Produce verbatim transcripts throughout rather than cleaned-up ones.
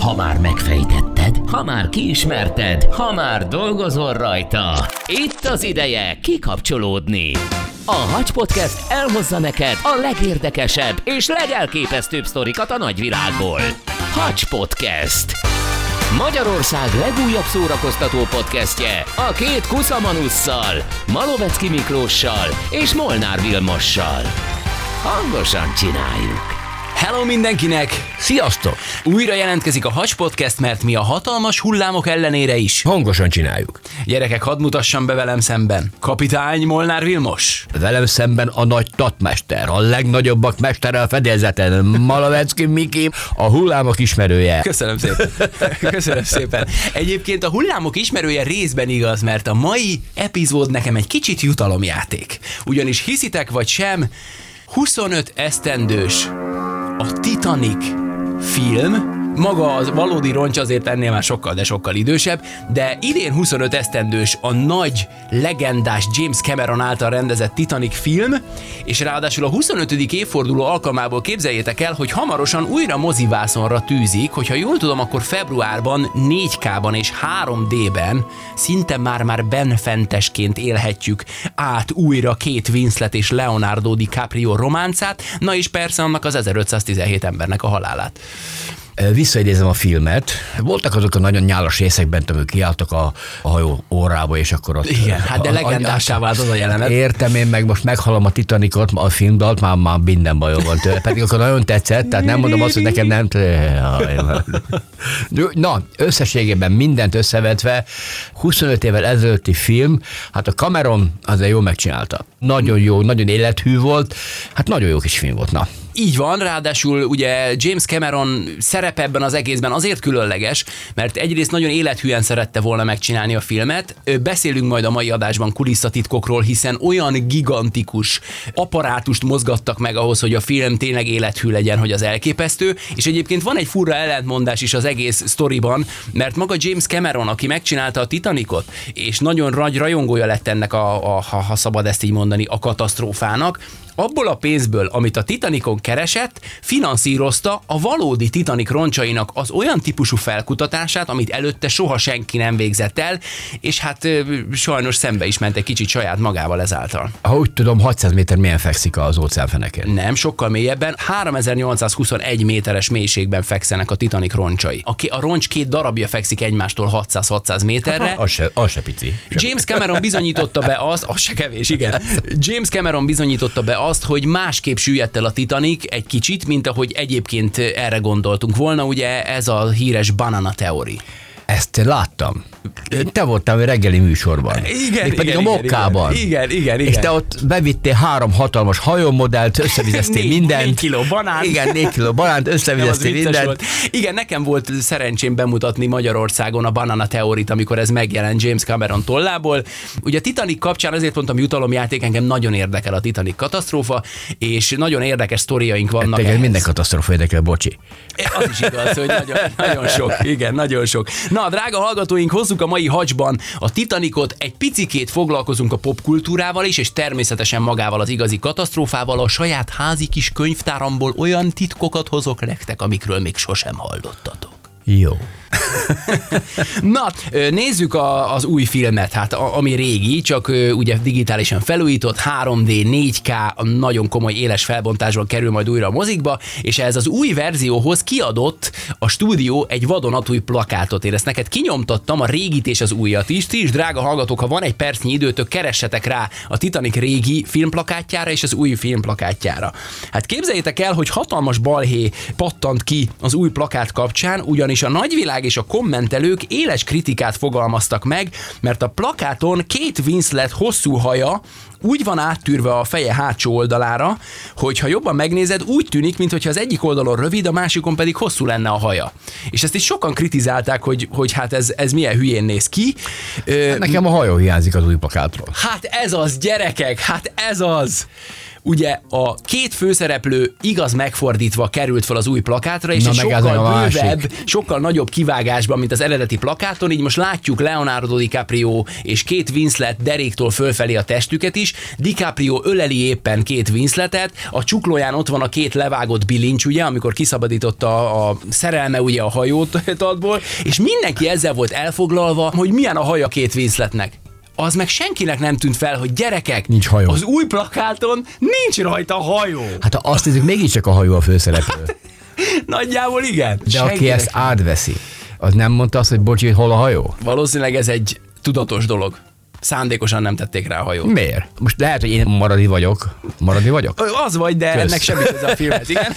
Ha már megfejtetted, ha már kiismerted, ha már dolgozol rajta. Itt az ideje kikapcsolódni. A Hacs Podcast elhozza neked a legérdekesebb és legelképesztőbb sztorikat a nagyvilágból. Hacs Podcast. Magyarország legújabb szórakoztató podcastje a két kuszamanusszal, Malovecki Miklóssal és Molnár Vilmossal. Hangosan csináljuk! Hello mindenkinek! Sziasztok! Újra jelentkezik a Hacs Podcast, mert mi a hatalmas hullámok ellenére is hangosan csináljuk. Gyerekek, hadd mutassam be velem szemben. Kapitány Molnár Vilmos. Velem szemben a nagy tatmester, a legnagyobbak mestere a fedélzeten, Malovecki Miki, a hullámok ismerője. Köszönöm szépen. Köszönöm szépen. Egyébként a hullámok ismerője részben igaz, mert a mai epizód nekem egy kicsit jutalomjáték. Ugyanis hiszitek vagy sem, huszonöt esztendős a Titanic film, maga az valódi roncs azért ennél már sokkal, de sokkal idősebb, de idén huszonöt esztendős a nagy, legendás James Cameron által rendezett Titanic film, és ráadásul a huszonötödik évforduló alkalmából képzeljétek el, hogy hamarosan újra mozivászonra tűzik, hogyha jól tudom, akkor februárban négy ká-ban és három dé-ben szinte már-már benfentesként élhetjük át újra Kate Winslet és Leonardo DiCaprio románcát, na és persze annak az ezerötszáztizenhét embernek a halálát. Visszaidézem a filmet. Voltak azok a nagyon nyálas részekben, amikor kiálltak a, a hajó órába, és akkor ott... Igen, hát de legendássá vált az a jelenet. Értem, én meg most meghalom a Titanicot, a filmdalt, már, már minden bajom van tőle. Pedig akkor nagyon tetszett, tehát nem mondom azt, hogy nekem nem... Na, összességében mindent összevetve, huszonöt évvel ezelőtti film, hát a Cameron azért jól megcsinálta. Nagyon jó, nagyon élethű volt, hát nagyon jó kis film volt, na. Így van, ráadásul ugye James Cameron szerepe ebben az egészben azért különleges, mert egyrészt nagyon élethűen szerette volna megcsinálni a filmet. Beszélünk majd a mai adásban kulisszatitkokról, hiszen olyan gigantikus apparátust mozgattak meg ahhoz, hogy a film tényleg élethű legyen, hogy az elképesztő. És egyébként van egy furra ellentmondás is az egész sztoriban, mert maga James Cameron, aki megcsinálta a Titanicot, és nagyon nagy rajongója lett ennek a, a ha, ha szabad ezt így mondani, a katasztrófának, abból a pénzből, amit a Titanicon keresett, finanszírozta a valódi Titanic roncsainak az olyan típusú felkutatását, amit előtte soha senki nem végzett el, és hát sajnos szembe is ment egy kicsit saját magával ezáltal. Ha úgy tudom, hatszáz méter milyen fekszik az óceánfenekén? Nem, sokkal mélyebben, háromezer-nyolcszázhuszonegy méteres mélységben fekszenek a Titanic roncsai. A, a roncs két darabja fekszik egymástól hatszáz-hatszáz méterre. Hát, az, se, az se pici. James Cameron bizonyította be azt, az se kevés, igen. James Cameron bizonyította be azt, hogy másképp süllyedt el a Titanic egy kicsit, mint ahogy egyébként erre gondoltunk volna, ugye ez a híres banana teóri. Ezt láttam. Te voltál a reggeli műsorban. Igen, Még pedig igen, a Mokkában. Igen, igen, igen. És te ott bevittél három hatalmas hajómodellt, összevizeztél mindent. Négy kiló banánt. Igen, négy kiló banánt, összevizeztél mindent. Volt. Igen, nekem volt szerencsém bemutatni Magyarországon a banana teórit, amikor ez megjelent James Cameron tollából. Ugye a Titanic kapcsán azért mondtam, jutalomjáték, engem nagyon érdekel a Titanic katasztrófa, és nagyon érdekes sztoriaink vannak. Teged minden katasztrófa érdekel, bocsi. Az is igaz, hogy nagyon, nagyon sok, igen, nagyon sok. Na, drága hallgatóink, hozzuk a mai Hacsban a Titanicot, egy picikét foglalkozunk a popkultúrával is, és természetesen magával az igazi katasztrófával, a saját házi kis könyvtáramból olyan titkokat hozok nektek, amikről még sosem hallottatok. Jó. Na, nézzük a, az új filmet, hát a, ami régi, csak ugye digitálisan felújított, három dé, négy ká, nagyon komoly éles felbontásban kerül majd újra a mozikba, és ez az új verzióhoz kiadott a stúdió egy vadonatúj plakátot. Én ezt neked kinyomtattam, a régit és az újat is. Ti is, drága hallgatók, ha van egy percnyi időtök, keressetek rá a Titanic régi filmplakátjára és az új filmplakátjára. Hát képzeljétek el, hogy hatalmas balhé pattant ki az új plakát kapcsán, ugyanis a nagyvilág és a kommentelők éles kritikát fogalmaztak meg, mert a plakáton Kate Winslet hosszú haja úgy van áttűrve a feje hátsó oldalára, hogy ha jobban megnézed, úgy tűnik, mintha az egyik oldalon rövid, a másikon pedig hosszú lenne a haja. És ezt is sokan kritizálták, hogy, hogy hát ez, ez milyen hülyén néz ki. Hát nekem a hajó hiányzik az új plakátról. Hát ez az, gyerekek, hát ez az! ugye a két főszereplő igaz megfordítva került fel az új plakátra, és Na, egy sokkal bővebb, sokkal nagyobb kivágásban, mint az eredeti plakáton, így most látjuk Leonardo DiCaprio és Kate Winslet deréktől fölfelé a testüket is. DiCaprio öleli éppen Kate Winsletet, a csuklóján ott van a két levágott bilincs, ugye, amikor kiszabadította a szerelme ugye a hajót adból, és mindenki ezzel volt elfoglalva, hogy milyen a haja Kate Winsletnek. Az meg senkinek nem tűnt fel, hogy gyerekek, nincs hajó. Az új plakáton nincs rajta hajó. Hát ha azt nézzük, mégiscsak a hajó a főszereplő. Nagyjából igen. De Senkinek aki ezt átveszi, az nem mondta azt, hogy bocsi, hol a hajó? Valószínűleg ez egy tudatos dolog. Szándékosan nem tették rá a hajót. Miért? Most lehet, hogy én maradi vagyok. Maradi vagyok? Az vagy, de Kösz. Ennek semmi köze a filmhez, igen?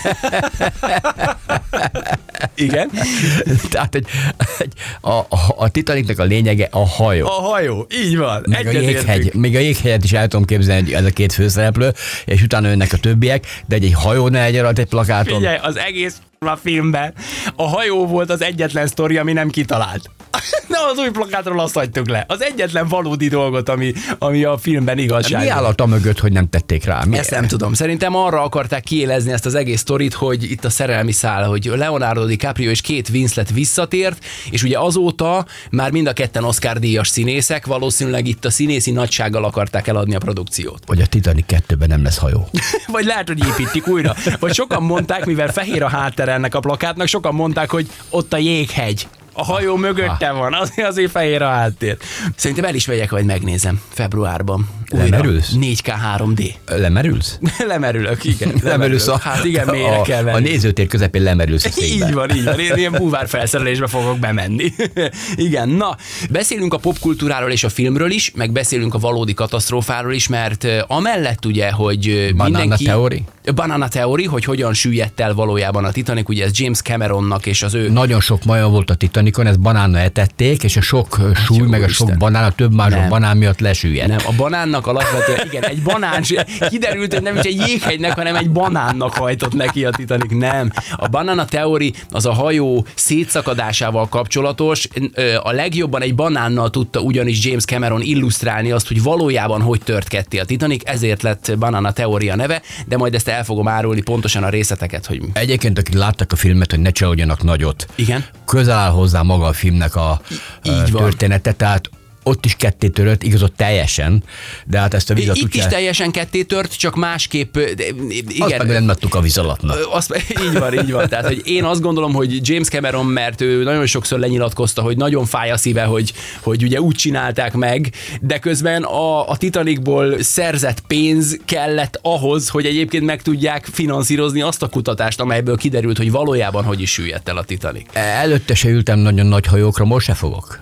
Igen? Tehát egy, egy, a, a, a Titanicnak a lényege a hajó. A hajó, így van. Még a, jéghegy, még a jéghegyet is el tudom képzelni, hogy ez a két főszereplő, és utána önnek a többiek, de egy, egy hajó ne legyen rajta egy plakáton. Figyelj, az egész a filmben a hajó volt az egyetlen sztori, ami nem kitalált. Na, az új plakátról azt hagytuk le. Az egyetlen valódi dolgot, ami, ami a filmben igazság. Mi áll a mögött, hogy nem tették rá? Miért? Ezt nem tudom. Szerintem arra akarták kiélezni ezt az egész sztorit, hogy itt a szerelmi szál, hogy Leonardo DiCaprio és Kate Winslet visszatért, és ugye azóta már mind a ketten Oscar-díjas színészek, valószínűleg itt a színészi nagysággal akarták eladni a produkciót. Vagy a Titanic kettőben nem lesz hajó. Vagy lehet, hogy építik újra. Vagy sokan mondták, mivel fehér a háttere ennek a plakátnak, sokan mondták, hogy ott a jéghegy. A hajó mögötte van, azért azért fehér a háttér. Szerintem el is megyek, vagy megnézem februárban. Lemerülsz? négy ká három dé. Lemerülsz? Lemerülök, igen. Lemerülsz a, hát igen, mélyre a, kell venni. A nézőtér közepén lemerülsz a székbe. Így van, így van. Én ilyen búvár felszerelésbe fogok bemenni. Igen, na, beszélünk a popkultúráról és a filmről is, meg beszélünk a valódi katasztrófáról is, mert amellett ugye, hogy Banana mindenki... Theory? Banana Theory, hogy hogyan süllyedt el valójában a Titanic, ugye ez James Cameronnak és az ő... Nagyon sok majom volt a Titanicon, ezt banánnal etették, és a sok hát súly, meg a sok Isten. banán, a több mások banán miatt lesüllyedt. Nem, a banánnak alapvetően, igen, egy banán, kiderült, hogy nem is egy jéghegynek, hanem egy banánnak hajtott neki a Titanic. Nem. A Banana Theory az a hajó szétszakadásával kapcsolatos. A legjobban egy banánnal tudta ugyanis James Cameron illusztrálni azt, hogy valójában hogy tört ketté a Titanic, ezért lett Banana Theory a neve, de majd ezt el fogom árulni pontosan a részleteket, hogy... Egyébként, akik láttak a filmet, hogy ne csalódjanak nagyot. Igen. Közel áll hozzá maga a filmnek a, a története, tehát ott is ketté törött, igaz, ott teljesen, de hát ezt a vizet Itt úgy is kell... teljesen ketté tört, csak másképp, de, igen. Azt meg nem adtuk a víz alatt. Azt, így van, így van. Tehát, hogy én azt gondolom, hogy James Cameron, mert ő nagyon sokszor lenyilatkozta, hogy nagyon fáj a szíve, hogy, hogy ugye úgy csinálták meg, de közben a, a Titanicból szerzett pénz kellett ahhoz, hogy egyébként meg tudják finanszírozni azt a kutatást, amelyből kiderült, hogy valójában hogy is süllyedt el a Titanic. Előtte se ültem nagyon nagy hajókra, most se fogok.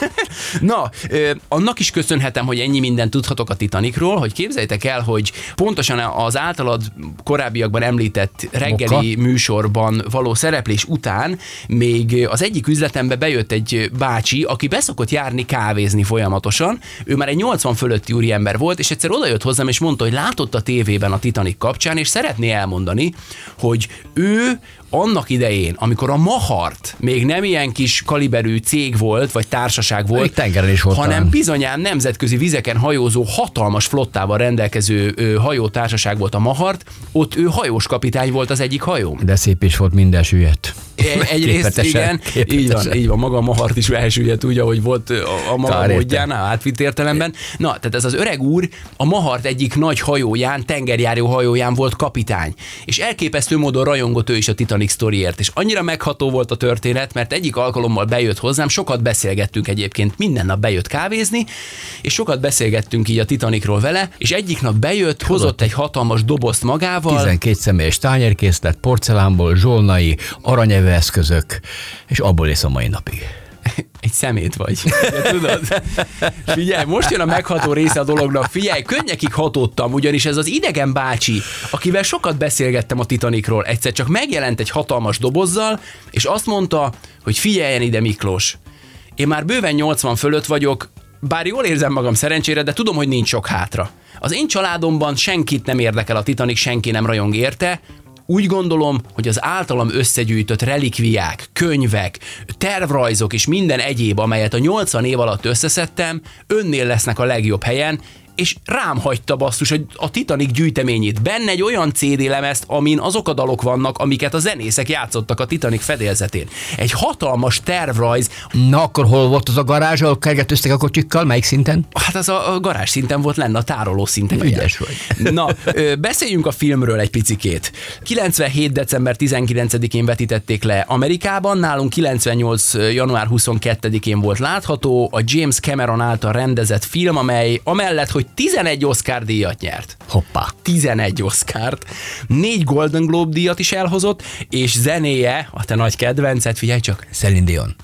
Na, ö, annak is köszönhetem, hogy ennyi mindent tudhatok a Titanicról, hogy képzeljétek el, hogy pontosan az általad korábbiakban említett reggeli Moka. műsorban való szereplés után még az egyik üzletembe bejött egy bácsi, aki beszokott járni kávézni folyamatosan. Ő már egy nyolcvan fölötti úriember volt, és egyszer odajött hozzám, és mondta, hogy látott a tévében a Titanic kapcsán, és szeretné elmondani, hogy ő annak idején, amikor a Mahart még nem ilyen kis kaliberű cég volt, vagy társaság volt, tengeren is volt, hanem bizonyán nemzetközi vizeken hajózó, hatalmas flottával rendelkező ö, hajótársaság volt a Mahart, ott ő hajós kapitány volt az egyik hajó. De szép is volt, minden süllyedt. Egyrészt igen, így van, így van, maga a Mahart is elsüllyedt úgy, ahogy volt a, a maga módján, átvitt értelemben. Na, tehát ez az öreg úr a Mahart egyik nagy hajóján, tengerjáró hajóján volt kapitány, és elképesztő módon rajongott ő is a Titanic sztoriért, és annyira megható volt a történet, mert egyik alkalommal bejött hozzám, sokat beszélgettünk egyébként, minden nap bejött kávézni, és sokat beszélgettünk így a Titanicról vele, és egyik nap bejött, hozott egy hatalmas dobozt magával. tizenkét személyes tányérkészlet, porcelánból, zsolnai, aranyevő eszközök, és abból ész a mai napig. Egy szemét vagy. De tudod? Figyelj, most jön a megható része a dolognak. Figyelj, könnyekig hatódtam, ugyanis ez az idegen bácsi, akivel sokat beszélgettem a Titanicról, egyszer csak megjelent egy hatalmas dobozzal, és azt mondta, hogy figyeljen ide, Miklós, én már bőven nyolcvan fölött vagyok, bár jól érzem magam szerencsére, de tudom, hogy nincs sok hátra. Az én családomban senkit nem érdekel a Titanic, senki nem rajong érte. Úgy gondolom, hogy az általam összegyűjtött relikviák, könyvek, tervrajzok és minden egyéb, amelyet a nyolcvan év alatt összeszedtem, önnél lesznek a legjobb helyen, és rám hagyta basszus a Titanic gyűjteményét. Benne egy olyan cé dé lemezt, amin azok a dalok vannak, amiket a zenészek játszottak a Titanic fedélzetén. Egy hatalmas tervrajz. Na akkor hol volt az a garázs, ahol kergetőztek a kocsikkal? Melyik szinten? Hát az a, a garázs szinten volt lenne, a tároló szinten. Ügyes vagy. Na, beszéljünk a filmről egy picikét. kilencvenhét. december tizenkilencedikén vetítették le Amerikában, nálunk kilencvennyolc. január huszonkettedikén volt látható, a James Cameron által rendezett film, amely amellett, hogy tizenegy Oscar díjat nyert. Hoppá. tizenegy Oscart, négy Golden Globe díjat is elhozott, és zenéje, a te nagy kedvenced, figyelj csak. Celine Dion.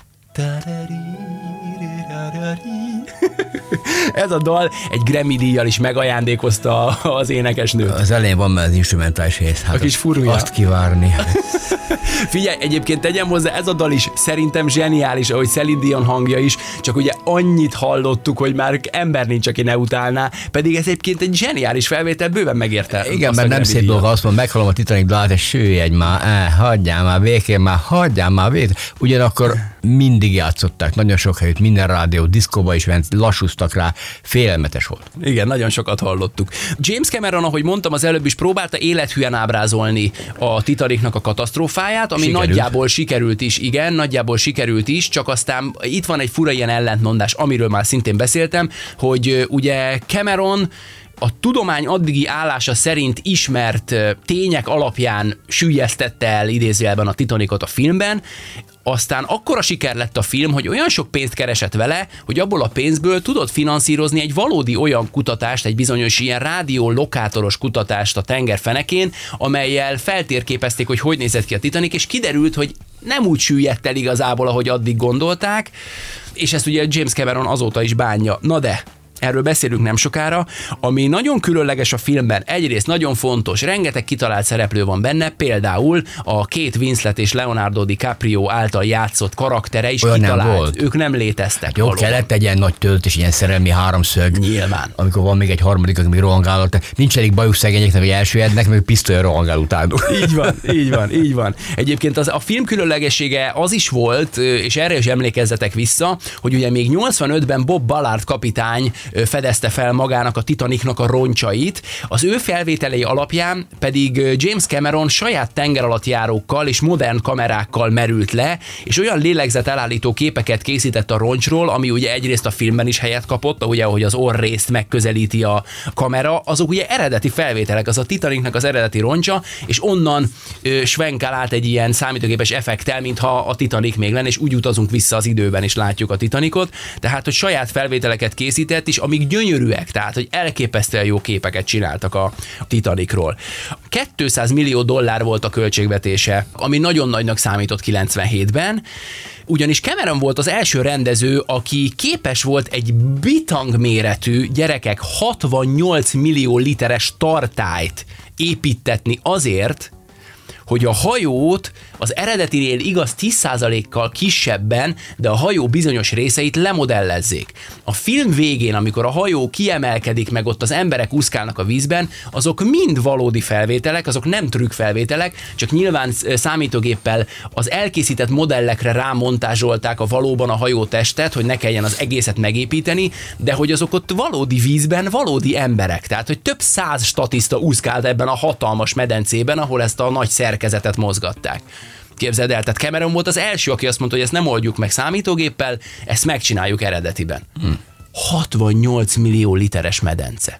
Ez a dal egy Grammy díjjal is megajándékozta az énekesnőt. Az elején van már az instrumentális rész. Hát a kis furúja. Azt kivárni. Figyelj, egyébként tegyem hozzá, ez a dal is szerintem zseniális, ahogy Celine Dion hangja is, csak ugye annyit hallottuk, hogy már ember nincs, aki ne utálná, pedig ez egyébként egy zseniális felvétel, bőven megérte. Igen, mert nem szép dolga, azt mondom, meghallom a Titanic dalát, és sülj egy már, eh, hagyjál már békén, már hagyjál már békén. Ugyanakkor mindig játszották, nagyon sok helyütt, minden rádió, diszkóba is ment, lassúztak rá, félelmetes volt. Igen, nagyon sokat hallottuk. James Cameron, ahogy mondtam, az előbb is próbálta élethűen ábrázolni a Titanicnak a katasztrófáját, ami sikerült. Nagyjából sikerült is, igen, nagyjából sikerült is, csak aztán itt van egy fura ilyen ellentmondás, amiről már szintén beszéltem, hogy ugye Cameron a tudomány addigi állása szerint ismert tények alapján süllyesztette el idézőjelben a Titanicot a filmben, aztán akkora siker lett a film, hogy olyan sok pénzt keresett vele, hogy abból a pénzből tudott finanszírozni egy valódi olyan kutatást, egy bizonyos ilyen rádió-lokátoros kutatást a tenger fenekén, amellyel feltérképezték, hogy hogy nézett ki a Titanic, és kiderült, hogy nem úgy süllyedt el igazából, ahogy addig gondolták, és ezt ugye James Cameron azóta is bánja. Na de... erről beszélünk nem sokára, ami nagyon különleges a filmben, egyrészt nagyon fontos, rengeteg kitalált szereplő van benne, például a Kate Winslet és Leonardo DiCaprio által játszott karaktere is olyan kitalált. Nem volt. Ők nem léteztek. Jó, valóban. Kellett egy ilyen nagy töltés, ilyen szerelmi háromszög. Nyilván. Amikor van még egy harmadik, aki még rohangálott. Nincs elég bajuk szegényeknek, hogy elsüllyednek, meg pisztolya rohangál utánuk. Így van, így van, így van. Egyébként az, a film különlegessége az is volt, és erre is emlékezzetek vissza, hogy ugye még nyolcvanötben Bob Ballard kapitány fedezte fel magának a Titanicnak a roncsait, az ő felvételei alapján pedig James Cameron saját tengeralattjárókkal és modern kamerákkal merült le, és olyan lélegzetelállító képeket készített a roncsról, ami ugye egyrészt a filmben is helyet kapott, ugye, ahogy az orrrészt megközelíti a kamera, azok ugye eredeti felvételek, az a Titanicnak az eredeti roncsa, és onnan ö, svenkál át egy ilyen számítógépes effektel, mintha a Titanic még lenne, és úgy utazunk vissza az időben, és látjuk a Titanicot, tehát, hogy saját felvételeket készített, és amik gyönyörűek, tehát, hogy elképesztően jó képeket csináltak a Titanicról. kétszáz millió dollár volt a költségvetése, ami nagyon nagynak számított kilencvenhétben, ugyanis Cameron volt az első rendező, aki képes volt egy bitang méretű, gyerekek, hatvannyolc millió literes tartályt építetni azért, hogy a hajót az eredetinél igaz tíz százalékkal kisebben, de a hajó bizonyos részeit lemodellezzék. A film végén, amikor a hajó kiemelkedik, meg ott az emberek úszkálnak a vízben, azok mind valódi felvételek, azok nem trükkfelvételek, csak nyilván számítógéppel az elkészített modellekre rámontázsolták a valóban a hajó testet, hogy ne kelljen az egészet megépíteni, de hogy azok ott valódi vízben valódi emberek. Tehát, hogy több száz statiszta úszkált ebben a hatalmas medencében, ahol ezt a nagy szerkezetet mozgatták. Képzeld el, tehát Cameron volt az első, aki azt mondta, hogy ezt nem oldjuk meg számítógéppel, ezt megcsináljuk eredetiben. Hmm. hatvannyolc millió literes medence.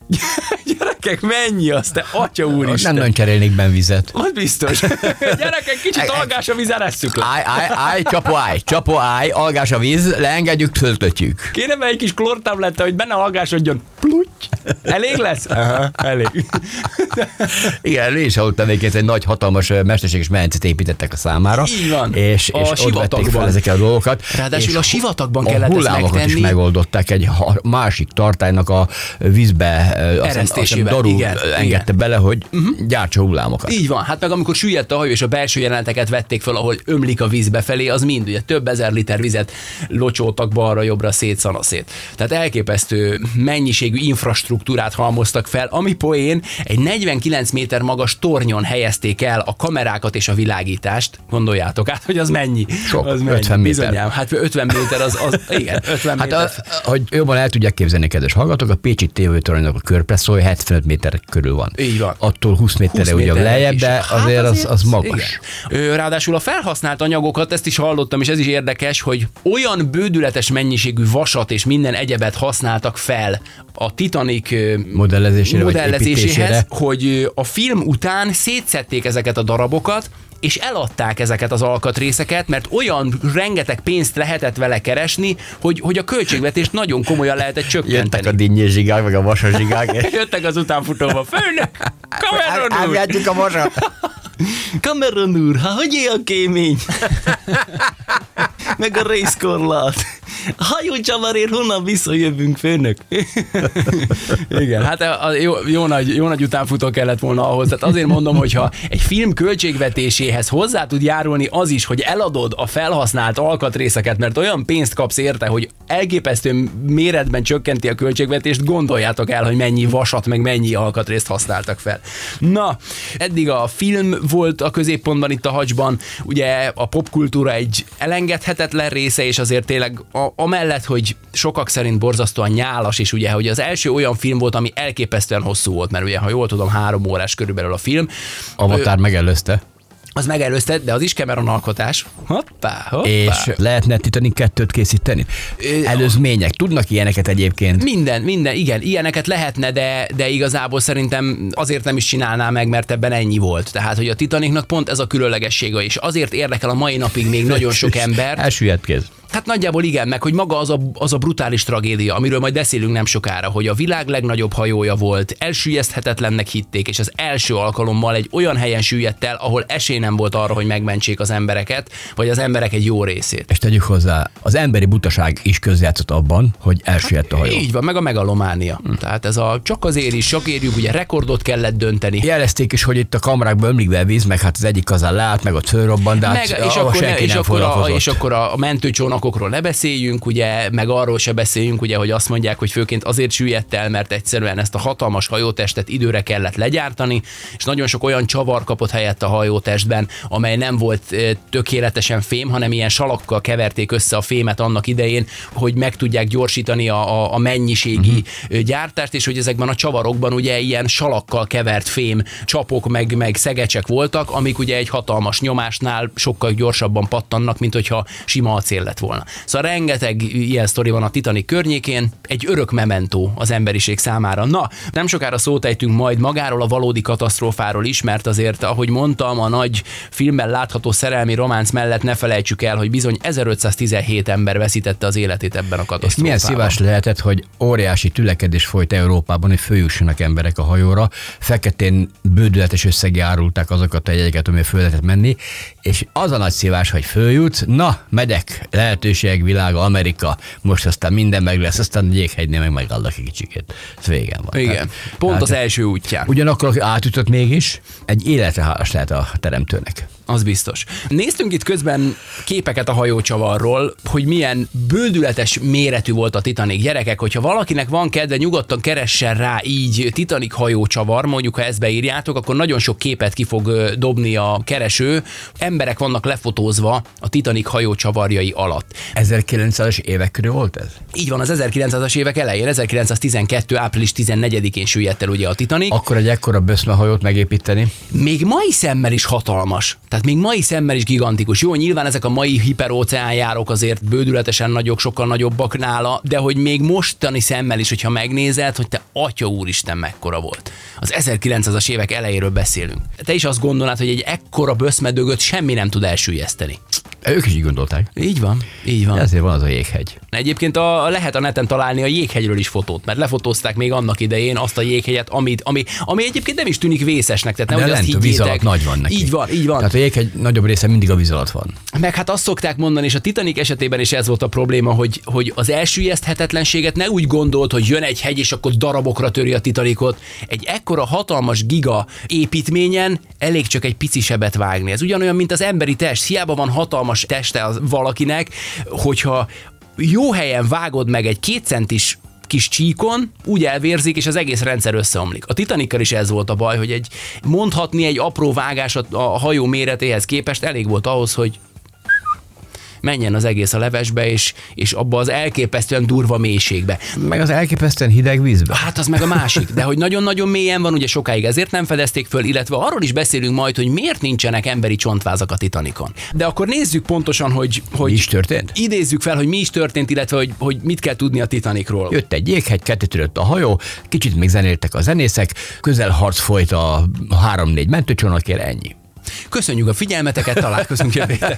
Gyerekek, mennyi az, te atya úristen. Nem nagyon cserélnék benn vizet. Az biztos. Gyerekek, kicsit algás a víz, eresszük le. Állj, állj, állj, csapó állj, csapó állj, algás a víz, leengedjük, töltötjük. Kéne be egy kis klórtabletta, hogy benne algásodjon. Plutty. Elég lesz? Aha, elég. Igen, én is hallottam egyébként, egy nagy, hatalmas, mesterséges medencét építettek a számára. Így van. És, és ott vették fel ezeket a dolgokat. Ráadásul a sivatagban a kellett ezt megtenni. A hullámokat is megoldották egy másik tartálynak a vízbe eresztésével. Darú igen, engedte igen. bele, hogy uh-huh. gyártsa hullámokat. Így van. Hát meg amikor süllyedt a hajó, és a belső jeleneteket vették fel, ahol ömlik a víz befelé, az mind ugye több ezer liter vizet locsoltak balra-jobbra szét, szanaszét. Tehát elképesztő mennyiség mennyiségű infrastruktúrát halmoztak fel, ami poén egy negyvenkilenc méter magas tornyon helyezték el a kamerákat és a világítást. Gondoljátok át, hogy az mennyi? Sok, az mennyi? ötven méter. Bizonyám, hát ötven méter az, az igen, ötven Hát méter. a, hogy jobban el tudják képzelni, kedves hallgatók, a pécsi tévőtoronynak a körpresszója hetvenöt méter körül van. Így van. Attól húsz méterre ugye lejjebb, is. de Hát azért az, az magas. igen. Ráadásul a felhasznált anyagokat, ezt is hallottam, és ez is érdekes, hogy olyan bődületes mennyiségű vasat és minden egyebet használtak fel a Titanic modellezésére, modellezéséhez, hogy a film után szétszedték ezeket a darabokat, és eladták ezeket az alkatrészeket, mert olyan rengeteg pénzt lehetett vele keresni, hogy, hogy a költségvetést nagyon komolyan lehetett csökkenteni. Jöttek a dinnyés zsigák, meg a vasas zsigák. Jöttek az utánfutóba. Főnök! Cameron úr! Átjátjuk a vasat! Cameron úr, hát hogy él a kémény? Meg a részkorlát. Hajócsavarért honnan visszajövünk, főnök? Igen, hát a jó, jó, nagy, jó nagy utánfutó kellett volna ahhoz. Tehát azért mondom, hogyha egy film költségvetéséhez hozzá tud járulni az is, hogy eladod a felhasznált alkatrészeket, mert olyan pénzt kapsz érte, hogy elképesztő méretben csökkenti a költségvetést, gondoljátok el, hogy mennyi vasat, meg mennyi alkatrészt használtak fel. Na, eddig a film volt a középpontban itt a Hacsban, ugye a popkultúra egy elengedhetetlen része, és azért tényleg a, amellett, hogy sokak szerint borzasztóan nyálas, és ugye, hogy az első olyan film volt, ami elképesztően hosszú volt, mert ugye, ha jól tudom, három órás körülbelül a film. Avatar Ö, megelőzte. Az megelőzte, de az is Cameron alkotás. Hoppá, hoppá. És lehetne Titanic kettőt készíteni? Előzmények, tudnak ilyeneket egyébként? Minden, minden, igen, ilyeneket lehetne, de, de igazából szerintem azért nem is csinálná meg, mert ebben ennyi volt. Tehát, hogy a Titanicnak pont ez a különlegessége is. Azért érdekel a mai napig még nagyon sok ember. Elsüllyedt kéz. Hát nagyjából igen, meg hogy maga az a, az a brutális tragédia, amiről majd beszélünk nem sokára, hogy a világ legnagyobb hajója volt, elsüllyeszthetetlennek hitték, és az első alkalommal egy olyan helyen süllyedt el, ahol esély nem volt arra, hogy megmentsék az embereket, vagy az emberek egy jó részét. És tegyük hozzá, az emberi butaság is közjátszott abban, hogy elsüllyedt a hajó. Így van, meg a megalománia. Hm. Tehát ez a csak azért is, csak érjük, ugye rekordot kellett dönteni. Jelezték is, hogy itt a kamrákba ömlik be víz, meg hát az egyik kazán leállt, meg ott fölrobbant, de hát meg, és, akkor, senki és, nem akkor a, foglalkozott. és akkor a mentőcsónakokról ne beszéljünk, ugye, meg arról se beszéljünk, ugye, hogy azt mondják, hogy főként azért süllyedt el, mert egyszerűen ezt a hatalmas hajótestet időre kellett legyártani, és nagyon sok olyan csavar kapott helyett a hajótestben, amely nem volt tökéletesen fém, hanem ilyen salakkal keverték össze a fémet annak idején, hogy meg tudják gyorsítani a, a, a mennyiségi uh-huh. gyártást, és hogy ezekben a csavarokban ugye ilyen salakkal kevert fém csapok, meg, meg szegecsek voltak, amik ugye egy hatalmas nyomásnál sokkal gyorsabban pattannak, mint hogyha sima acél lett volna. Szóval rengeteg ilyen sztori van a Titanic környékén, egy örök mementó az emberiség számára. Na, nem sokára szót ejtünk majd magáról a valódi katasztrófáról is, mert azért, ahogy mondtam, a nagy filmben látható szerelmi románc mellett ne felejtsük el, hogy bizony ezerötszáztizenhét ember veszítette az életét ebben a katasztrófában. És milyen szívás lehetett, hogy óriási tülekedés folyt Európában, hogy följussanak emberek a hajóra, feketén bődületes összegi árulták azokat a jegyeket, amely föl lehetett menni, és az a nagy szívás, hogy följutsz, na, megyek, lehetőségek világa, Amerika, most aztán minden meg lesz, aztán jéghegynél meg megállnak egy kicsikét. Ez végen van. Igen, Tehát, pont tehát, az első útján. Ugyanakkor, aki átütött mégis, egy életre hálás lehet a teremtőnek. Az biztos. Néztünk itt közben képeket a hajócsavarról, hogy milyen bődületes méretű volt a Titanic. Gyerekek, hogyha valakinek van kedve, nyugodtan keressen rá így Titanic hajócsavar, mondjuk ha ezt beírjátok, akkor nagyon sok képet ki fog dobni a kereső. Emberek vannak lefotózva a Titanic hajócsavarjai alatt. ezerkilencszázas évek körül volt ez? Így van, az ezerkilencszázas évek elején, ezerkilencszáztizenkettő. április tizennegyedikén süllyedt el ugye a Titanic. Akkor egy ekkora böszmehajót megépíteni? Még mai szemmel is hatalmas. Tehát még mai szemmel is gigantikus. Jó, nyilván ezek a mai hiperóceánjárók azért bődületesen nagyok, sokkal nagyobbak nála, de hogy még mostani szemmel is, hogyha megnézed, hogy te atya úristen mekkora volt. Az ezerkilencszázas évek elejéről beszélünk. Te is azt gondolnád, hogy egy ekkora böszmedögöt semmi nem tud elsüllyeszteni. Ők is így gondolták. Így van, így van. Ezért van az a jéghegy. Egyébként a, lehet a neten találni a jéghegyről is fotót, mert lefotózták még annak idején azt a jéghegyet, amit, ami, ami egyébként nem is tűnik vészesnek, tehát nem, de hogy azt lent a víz higgyétek. alatt nagy van neki. Így van, így van. Tehát a jéghegy nagyobb része mindig a víz alatt van. Meg hát azt szokták mondani, és a Titanic esetében is ez volt a probléma, hogy, hogy az elsüllyeszthetetlenséget ne úgy gondolt, hogy jön egy hegy, és akkor darabokra töri a Titanicot. Egy ekkora hatalmas giga építményen elég csak egy pici sebet vágni. Ez ugyanolyan, mint az emberi test. Hiába van hatalmas teste az valakinek, hogyha jó helyen vágod meg egy két centis kis csíkon úgy elvérzik, és az egész rendszer összeomlik. A Titanikkal is ez volt a baj, hogy egy mondhatni egy apró vágás a hajó méretéhez képest elég volt ahhoz, hogy menjen az egész a levesbe, és, és abba az elképesztően durva mélységbe. Meg az elképesztően hideg vízbe. Hát az meg a másik, de hogy nagyon-nagyon mélyen van, ugye sokáig ezért nem fedezték föl, illetve arról is beszélünk majd, hogy miért nincsenek emberi csontvázak a Titanicon. De akkor nézzük pontosan, hogy... hogy mi is történt? Idézzük fel, hogy mi is történt, illetve hogy, hogy mit kell tudni a Titanicról. Jött egy jéghegy, kettetődött a hajó, kicsit még zenéltek a zenészek, közelharc folyt a három-négy mentőcsónakért, ennyi. Köszönjük a figyelmeteket, találkozunk jövő héten.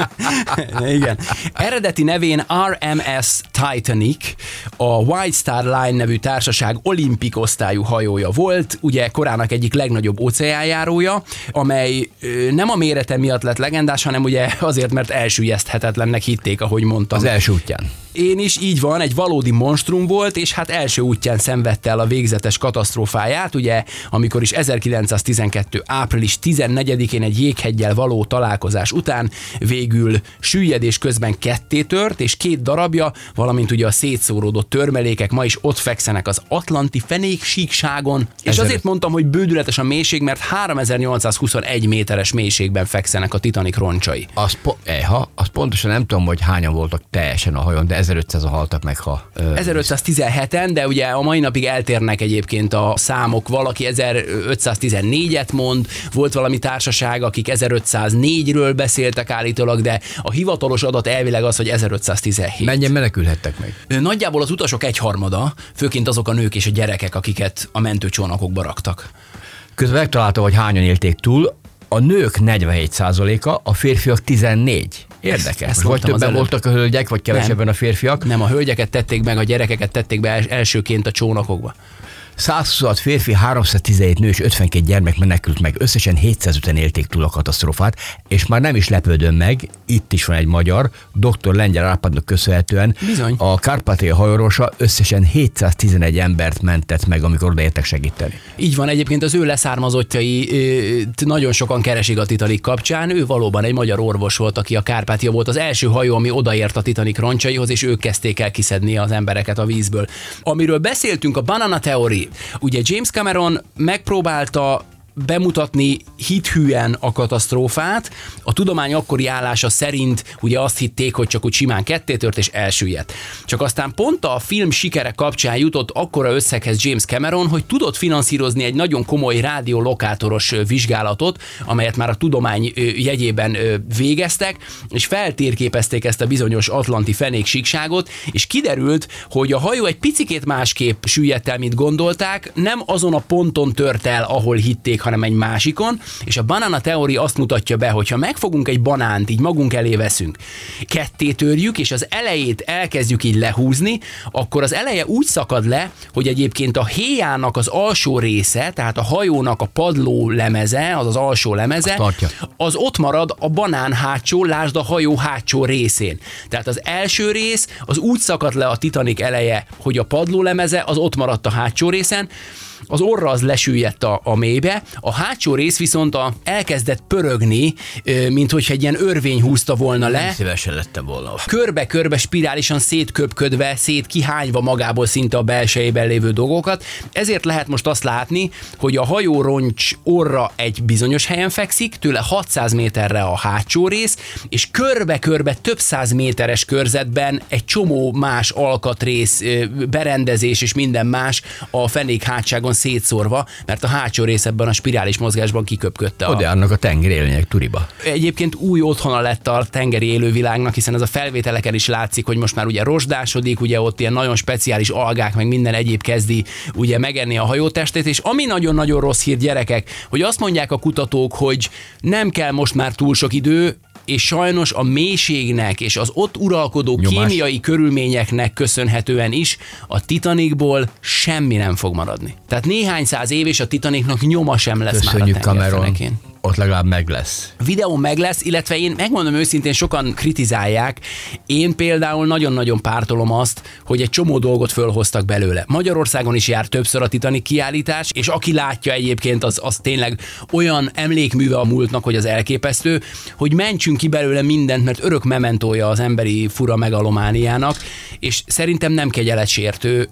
Igen. Eredeti nevén er em es Titanic, a White Star Line nevű társaság olimpik osztályú hajója volt, ugye korának egyik legnagyobb óceánjárója, amely nem a mérete miatt lett legendás, hanem ugye azért, mert elsüllyeszthetetlennek hitték, ahogy mondtam. Az első útján. Én is, így van, egy valódi monstrum volt, és hát első útján szenvedte el a végzetes katasztrófáját, ugye, amikor is ezerkilencszáztizenkettő. április tizennegyedikén egy jégheggyel való találkozás után végül süllyedés közben ketté tört, és két darabja, valamint ugye a szétszóródott törmelékek ma is ott fekszenek az Atlanti fenéksíkságon, és azért mondtam, hogy bődületes a mélység, mert háromezer-nyolcszázhuszonegy méteres mélységben fekszenek a Titanic roncsai. Az, po- Eha, azt pontosan nem tudom, hogy hányan voltak teljesen a hajón, de ezerötszázan haltak meg, ha... Ö, ezerötszáztizenheten, de ugye a mai napig eltérnek egyébként a számok. Valaki ezerötszáztizennégyet mond, volt valami társaság, akik ezerötszáznégyről beszéltek állítólag, de a hivatalos adat elvileg az, hogy ezerötszáztizenhét. Mennyien menekülhettek meg? Nagyjából az utasok egyharmada, főként azok a nők és a gyerekek, akiket a mentőcsónakokba raktak. Közben megtalálta, hogy hányan élték túl. A nők negyvenhét százaléka, a férfiak tizennégy. Érdekes. Ezt vagy többen voltak a hölgyek, vagy kevesebben nem. a férfiak. Nem, a hölgyeket tették meg, a gyerekeket tették be elsőként a csónakokba. százhuszonhat férfi, háromszáztizenhét nő és ötvenkét gyermek menekült meg, összesen hétszázöten élték túl a katasztrófát, és már nem is lepődöm meg, itt is van egy magyar, doktor Lengyel Árpádnak köszönhetően. Bizony. A Kárpátia hajóorvosa összesen hétszáztizenegy embert mentett meg, amikor odaértek segíteni. Így van, egyébként az ő leszármazottjai nagyon sokan keresik a Titanic kapcsán, ő valóban egy magyar orvos volt, aki a Kárpátia volt az első hajó, ami odaért a Titanic roncsaihoz, és ők kezdték el kiszedni az embereket a vízből. Amiről beszéltünk, a Banana Theory. Ugye James Cameron megpróbálta bemutatni hithűen a katasztrófát. A tudomány akkori állása szerint ugye azt hitték, hogy csak úgy simán kettétört és elsüllyedt. Csak aztán pont a film sikere kapcsán jutott akkora összeghez James Cameron, hogy tudott finanszírozni egy nagyon komoly rádiolokátoros vizsgálatot, amelyet már a tudomány jegyében végeztek, és feltérképezték ezt a bizonyos atlanti fenéksíkságot, és kiderült, hogy a hajó egy picikét másképp süllyedt el, mint gondolták, nem azon a ponton tört el, ahol hitték, hanem egy másikon, és a Banana Theory azt mutatja be, hogy ha megfogunk egy banánt, így magunk elé veszünk, ketté törjük, és az elejét elkezdjük így lehúzni, akkor az eleje úgy szakad le, hogy egyébként a héjának az alsó része, tehát a hajónak a padló lemeze, az az alsó lemeze, az ott marad a banán hátsó, lásd a hajó hátsó részén. Tehát az első rész az úgy szakad le a Titanic eleje, hogy a padló lemeze az ott maradt a hátsó részen, az orra az lesüllyedt a, a mélybe, a hátsó rész viszont a, elkezdett pörögni, mint hogyha egy ilyen örvény húzta volna le. Nem szívesen lettem volna. Körbe-körbe spirálisan szétköpködve, szétkihányva magából szinte a belsejében lévő dolgokat. Ezért lehet most azt látni, hogy a hajóroncs orra egy bizonyos helyen fekszik, tőle hatszáz méterre a hátsó rész, és körbe-körbe több száz méteres körzetben egy csomó más alkatrész, berendezés és minden más a fenék hátságon szétszórva, mert a hátsó rész ebben a spirális mozgásban kiköpködte. Oda járnak a tengeri élőlények turiba. Egyébként új otthona lett a tengeri élővilágnak, hiszen ez a felvételeken is látszik, hogy most már ugye rozsdásodik, ugye ott ilyen nagyon speciális algák, meg minden egyéb kezdi ugye megenni a hajótestét, és ami nagyon-nagyon rossz hír, gyerekek, hogy azt mondják a kutatók, hogy nem kell most már túl sok idő, és sajnos a mélységnek és az ott uralkodó Nyomás. kémiai körülményeknek köszönhetően is a Titanicból semmi nem fog maradni. Tehát néhány száz év és a Titanicnak nyoma sem lesz. Köszönjük, már a tengerfenekén. Ott legalább meg lesz. Videó meg lesz, illetve én megmondom őszintén, sokan kritizálják. Én például nagyon-nagyon pártolom azt, hogy egy csomó dolgot fölhoztak belőle. Magyarországon is jár többször a Titanic kiállítás, és aki látja egyébként, az, az tényleg olyan emlékműve a múltnak, hogy az elképesztő, hogy mentsünk ki belőle mindent, mert örök mementója az emberi fura megalomániának, és szerintem nem kegyeletsértő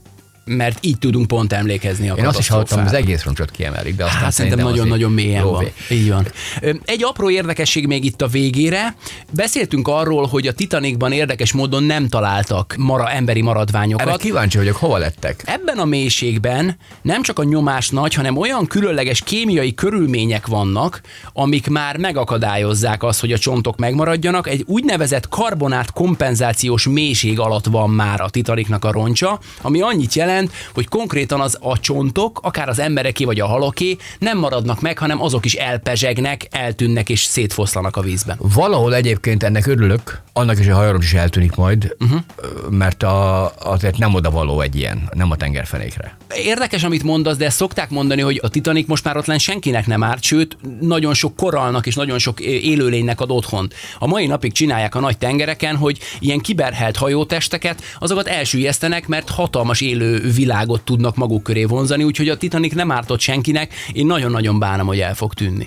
mert így tudunk pont emlékezni a Én azt is hallottam, hogy az katasztrófára. egész roncsot kiemelik, de aztán Hát szerintem nagyon-nagyon mélyen van. Így van. Egy apró érdekesség még itt a végére. Beszéltünk arról, hogy a Titanicban érdekes módon nem találtak mara, emberi maradványokat. Erre kíváncsi vagyok, hova lettek? Ebben a mélységben nem csak a nyomás nagy, hanem olyan különleges kémiai körülmények vannak, amik már megakadályozzák azt, hogy a csontok megmaradjanak. Egy úgynevezett karbonát kompenzációs mélység alatt van már a Titanicnak a roncsa, ami annyit jelent, hogy konkrétan az a csontok, akár az embereké vagy a haloké nem maradnak meg, hanem azok is elpezsegnek, eltűnnek és szétfoszlanak a vízben. Valahol egyébként ennek örülök, annak is a hajóroncs is eltűnik majd, uh-huh. mert a, azért nem oda való egy ilyen, nem a tengerfenékre. Érdekes, amit mondasz, de ezt szokták mondani, hogy a Titanic most már ott lenn senkinek nem árt, sőt, nagyon sok korallnak és nagyon sok élőlénynek ad otthont. A mai napig csinálják a nagy tengereken, hogy ilyen kiberhelt hajótesteket, azokat elsüllyesztenek, mert hatalmas élő világot tudnak maguk köré vonzani, úgyhogy a Titanic nem ártott senkinek, én nagyon-nagyon bánom, hogy el fog tűnni.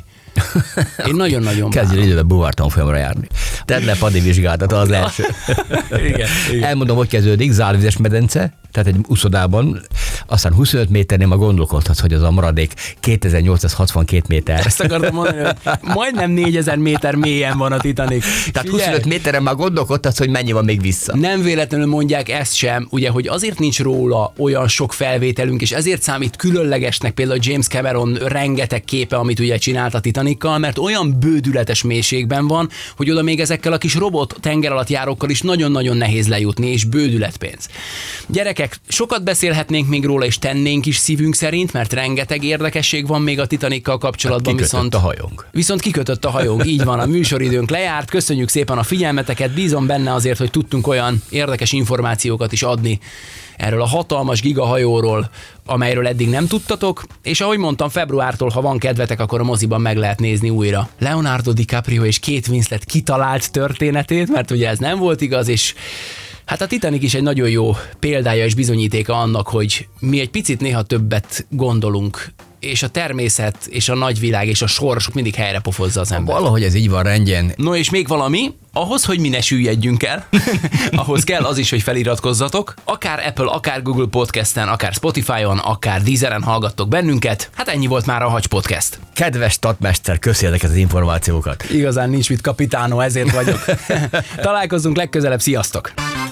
Én nagyon-nagyon Kezdjél időben buvártan folyamra járni. Tedd le padi vizsgálatot, az első. igen, igen. Elmondom, hogy kezdődik, zárvizes medence, tehát egy úszodában, aztán huszonöt méternél ma gondolkodhatsz, hogy az a maradék kétezer-nyolcszázhatvankét méter. Ezt akartam mondani, hogy majdnem négyezer méter mélyen van a Titanic. Tehát huszonöt méteren már gondolkodhatsz, hogy mennyi van még vissza. Nem véletlenül mondják ezt sem, ugye, hogy azért nincs róla olyan sok felvételünk, és ezért számít különlegesnek például James Cameron rengeteg képe, amit ugye csinált a Titaniccal, mert olyan bődületes mélységben van, hogy oda még ezekkel a kis robot tengeralattjárókkal is nagyon-nagyon nehéz lejutni, és bődületpénz. Gyerekek, sokat beszélhetnénk még róla, és tennénk is szívünk szerint, mert rengeteg érdekesség van még a Titaniccal kapcsolatban. Hát kikötött viszont a hajónk. Viszont kikötött a hajónk, így van, a műsoridőnk lejárt. Köszönjük szépen a figyelmeteket, bízom benne azért, hogy tudtunk olyan érdekes információkat is adni erről a hatalmas gigahajóról, amelyről eddig nem tudtatok, és ahogy mondtam, februártól, ha van kedvetek, akkor a moziban meg lehet nézni újra Leonardo DiCaprio és Kate Winslet kitalált történetét, mert ugye ez nem volt igaz, és hát a Titanic is egy nagyon jó példája és bizonyítéka annak, hogy mi egy picit néha többet gondolunk, és a természet, és a nagyvilág, és a sors mindig helyre pofozza az ember. Valahogy ez így van rendjén. No és még valami, ahhoz, hogy mi ne süllyedjünk el, ahhoz kell az is, hogy feliratkozzatok, akár Apple, akár Google Podcasten, akár Spotify-on, akár Deezeren hallgattok bennünket. Hát ennyi volt már a Hacs Podcast. Kedves tatmester, köszi ezeket az információkat. Igazán nincs mit, kapitánó, ezért vagyok. Találkozzunk legközelebb, sziasztok!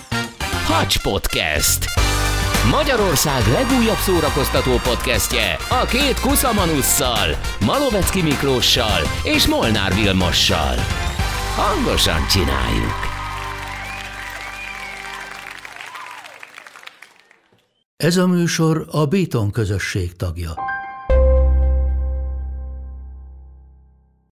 Hacs Podcast. Magyarország legújabb szórakoztató podcastje a két kuszamanusszal, Malovecki Miklóssal és Molnár Vilmossal. Hangosan csináljuk! Ez a műsor a Béton közösség tagja.